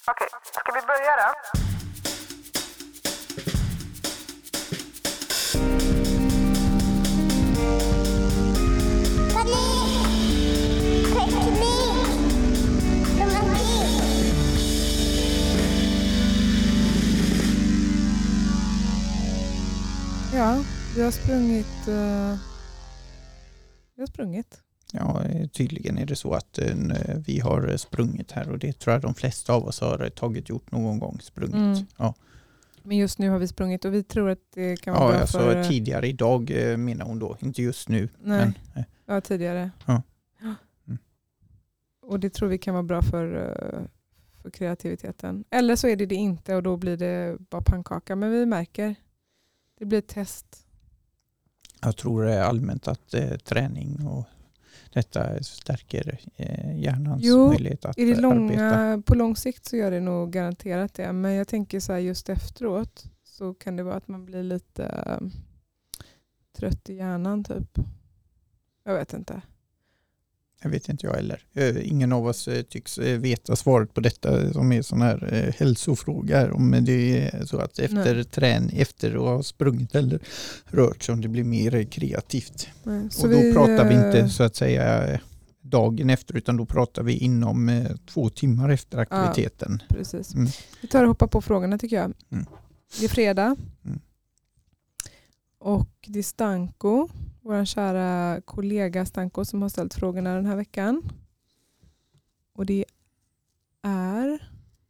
Okej, ska vi börja då? Ja, vi har sprungit. Ja, tydligen är det så att vi har sprungit här och det tror jag de flesta av oss har gjort någon gång, sprungit. Mm. Ja. Men just nu har vi sprungit och vi tror att det kan vara bra för... Ja, tidigare idag menar hon då, inte just nu. Nej, men, ja tidigare. Ja. Mm. Och det tror vi kan vara bra för kreativiteten. Eller så är det inte och då blir det bara pannkaka. Men vi märker, det blir ett test. Jag tror allmänt att träning och detta stärker hjärnans möjlighet att arbeta. På lång sikt så gör det nog garanterat det. Men jag tänker så här just efteråt så kan det vara att man blir lite trött i hjärnan typ. Jag vet inte. Jag vet inte jag heller. Ingen av oss tycks veta svaret på detta som är sån här hälsofråga. Om det är så att efter att ha sprungit eller rört sig om det blir mer kreativt. Nej, och då pratar vi inte så att säga dagen efter utan då pratar vi inom 2 timmar efter aktiviteten. Ja, precis. Vi tar och hoppar på frågorna tycker jag. Det är fredag. Och det är Stanko, vår kära kollega Stanko som har ställt frågorna den här veckan. Och det är...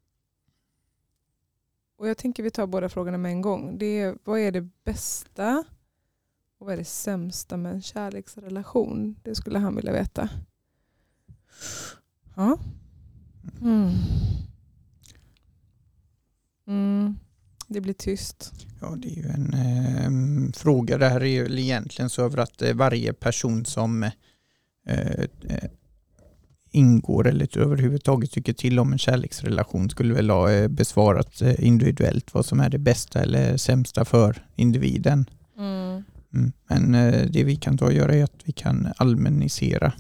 Och jag tänker vi tar båda frågorna med en gång. Det är, vad är det bästa och vad är det sämsta med en kärleksrelation? Det skulle han vilja veta. Ja. Det blir tyst. Ja, det är ju en fråga. Det här är ju egentligen så över att varje person som ingår eller överhuvudtaget tycker till om en kärleksrelation skulle väl ha besvarat individuellt vad som är det bästa eller sämsta för individen. Men det vi kan ta och göra är att vi kan allmännisera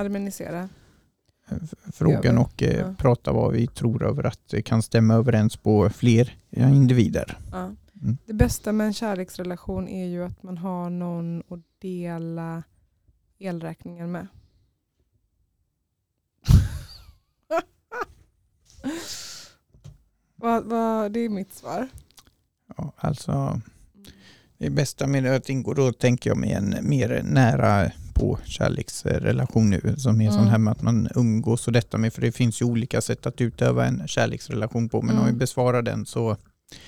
frågan och prata vad vi tror över att det kan stämma överens på fler individer. Ja. Det bästa med en kärleksrelation är ju att man har någon att dela elräkningen med. Det är mitt svar. Ja, alltså det bästa med att ingå då tänker jag med en mer nära på kärleksrelation nu som är sån här med att man umgås och detta med, för det finns ju olika sätt att utöva en kärleksrelation på, men om vi besvarar den så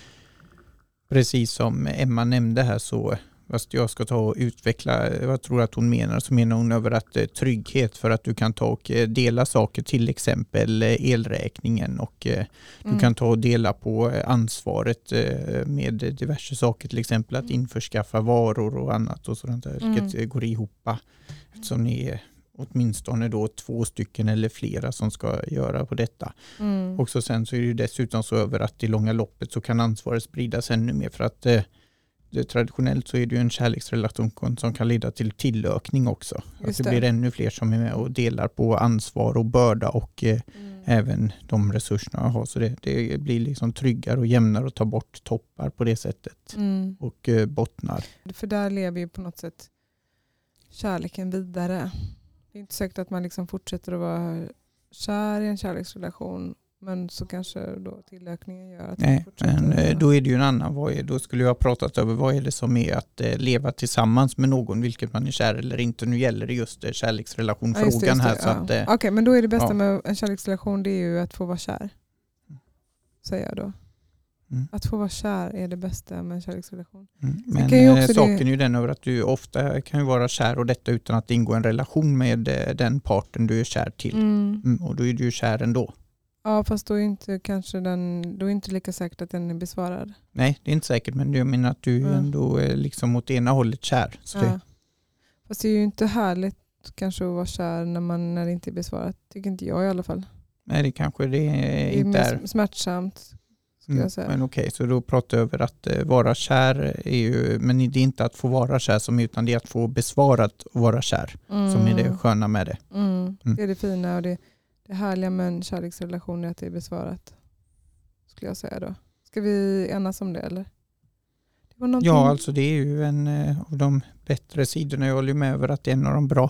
precis som Emma nämnde här så fast jag ska ta och utveckla vad jag tror att hon menar, så menar hon över att trygghet för att du kan ta och dela saker, till exempel elräkningen och du kan ta och dela på ansvaret med diverse saker, till exempel att införskaffa varor och annat och sådant där, vilket går ihop eftersom ni är åtminstone då 2 stycken eller flera som ska göra på detta. Och så sen så är det ju dessutom så över att i långa loppet så kan ansvaret spridas ännu mer, för att traditionellt så är det ju en kärleksrelation som kan leda till tillökning också. Att det blir ännu fler som är med och delar på ansvar och börda och även de resurserna jag har. Så det blir liksom tryggare och jämnare och ta bort toppar på det sättet och bottnar. För där lever ju på något sätt kärleken vidare. Det är inte säkert att man liksom fortsätter att vara kär i en kärleksrelation, men så kanske då tillökningen gör att man fortsätter. Men då är det ju en annan. Då skulle jag ha pratat över vad är det som är att leva tillsammans med någon, vilket man är kär eller inte. Nu gäller det just kärleksrelationfrågan här. Okej, men då är det bästa med en kärleksrelation, det är ju att få vara kär. Säger jag då. Att få vara kär är det bästa med en kärleksrelation. Men saken är ju den över att du ofta kan ju vara kär och detta utan att ingå en relation med den parten du är kär till. Och då är du ju kär ändå. Ja, fast då är inte kanske då är inte lika säkert att den är besvarad. Nej, det är inte säkert, men jag menar att du ändå är liksom åt ena hållet kär. Så Fast det är ju inte härligt kanske att vara kär när det inte är besvarat. Tycker inte jag i alla fall. Nej, det kanske det inte är. Smärtsamt. Men okej, så då pratar jag över att vara kär är ju, men det är inte att få vara kär som, utan det är att få besvarat och vara kär som är det sköna med det. Det är det fina och det härliga med en kärleksrelation är att det är besvarat. skulle jag säga då. Ska vi enas om det eller? Det var Ja, alltså det är ju en av de bättre sidorna. Jag håller med över att det är en av de bra.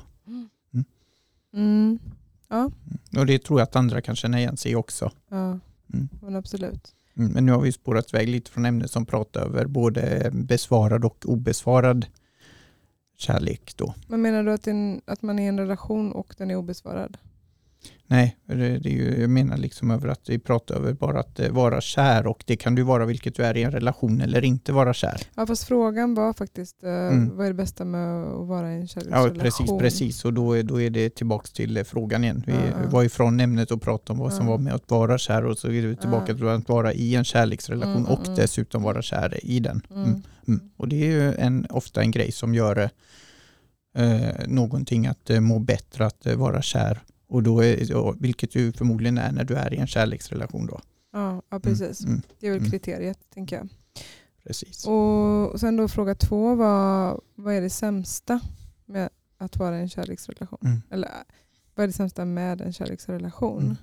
Ja. Och det tror jag att andra kan känna igen sig också. Ja, men absolut. Men nu har vi spårat iväg lite från ämnet som pratar över både besvarad och obesvarad kärlek då. Men menar du att man är i en relation och den är obesvarad? Nej, det är ju, jag menar liksom över att vi pratar över bara att vara kär, och det kan du vara vilket du är i en relation eller inte vara kär. Ja, fast frågan var faktiskt vad är det bästa med att vara i en kärleksrelation? Ja, precis. Och då är det tillbaka till frågan igen. Vi var ifrån ämnet och pratade om vad som var med att vara kär, och så är det tillbaka till att vara i en kärleksrelation och dessutom vara kär i den. Och det är ju ofta en grej som gör någonting att må bättre att vara kär. Och då vilket ju förmodligen är när du är i en kärleksrelation då. Ja, precis. Det är väl kriteriet, tänker jag. Precis. Och sen då fråga 2 vad är det sämsta med att vara i en kärleksrelation? Eller vad är det sämsta med en kärleksrelation?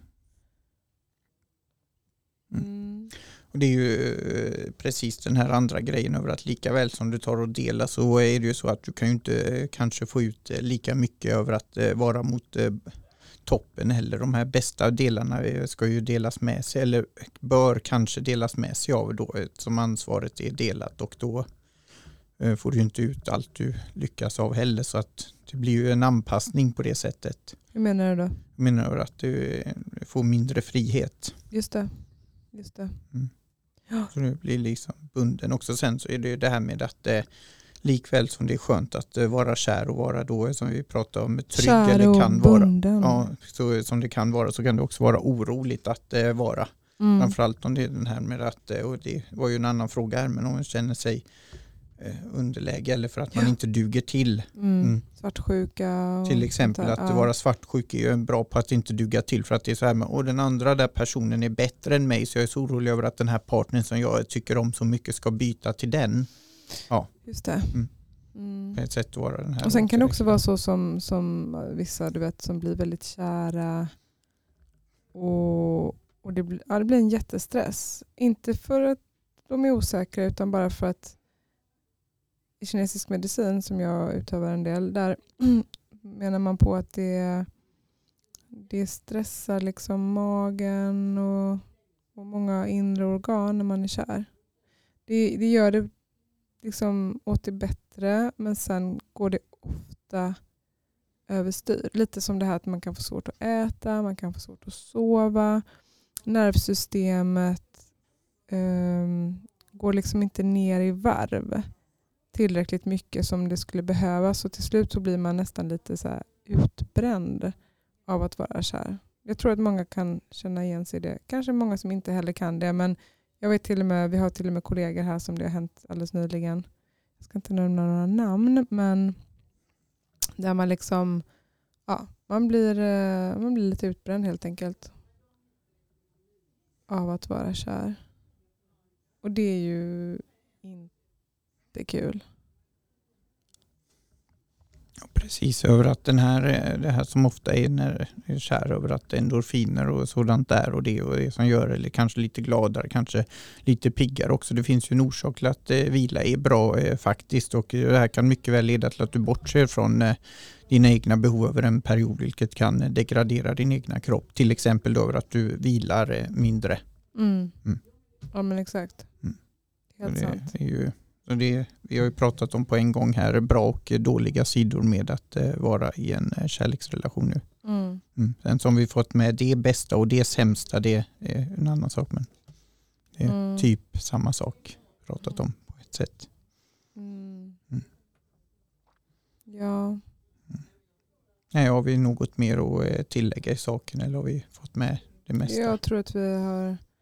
Och det är ju precis den här andra grejen över att lika väl som du tar och delar, så är det ju så att du kan ju inte kanske få ut lika mycket över att vara mot toppen heller. De här bästa delarna ska ju delas med sig, eller bör kanske delas med sig av då, som ansvaret är delat, och då får du inte ut allt du lyckas av heller, så att det blir ju en anpassning på det sättet. Hur menar du då? Jag menar att du får mindre frihet. Just det. Ja. Så du blir liksom bunden också. Sen så är det ju det här med att likväl som det är skönt att vara kär och vara då, som vi pratar om, trygg kär eller kan vara. bunden. Ja, så som det kan vara, så kan det också vara oroligt att vara. Framförallt om det är den här med att, och det var ju en annan fråga här, men om man känner sig underläge eller för att man inte duger till. Svartsjuka. Till exempel att vara svartsjuk är ju bra på att inte duga till, för att det är så här med, och den andra där personen är bättre än mig, så jag är så orolig över att den här partnern som jag tycker om så mycket ska byta till den. Ja. Just det. Ett sätt att vara den här. Och sen kan det också vara så som vissa, du vet, som blir väldigt kära och det blir en jättestress. Inte för att de är osäkra, utan bara för att i kinesisk medicin, som jag utövar en del, där menar man på att det stressar liksom magen och många inre organ när man är kär. Det gör det liksom åt det bättre, men sen går det ofta överstyr. Lite som det här att man kan få svårt att äta, man kan få svårt att sova. Nervsystemet går liksom inte ner i varv tillräckligt mycket som det skulle behövas, och till slut så blir man nästan lite så här utbränd av att vara kär. Jag tror att många kan känna igen sig i det. Kanske många som inte heller kan det, men jag vet vi har till och med kollegor här som det har hänt alldeles nyligen. Jag ska inte nämna några namn, men där man liksom man blir lite utbränd helt enkelt av att vara kär. Och det är ju inte kul. Ja, precis, över att det här som ofta är när det är kär, över att endorfiner och sådant där, och det som gör, eller kanske lite gladare, kanske lite piggare också. Det finns ju en orsak till att vila är bra faktiskt, och det här kan mycket väl leda till att du bortser från dina egna behov över en period, vilket kan degradera din egna kropp. Till exempel då över att du vilar mindre. Ja, men exakt. Helt sant. Vi har ju pratat om på en gång här bra och dåliga sidor med att vara i en kärleksrelation nu. Sen som vi fått med det bästa och det sämsta, det är en annan sak, men det är typ samma sak pratat om på ett sätt. Ja. Nej, har vi något mer att tillägga i saken, eller har vi fått med det mesta? Jag tror att vi har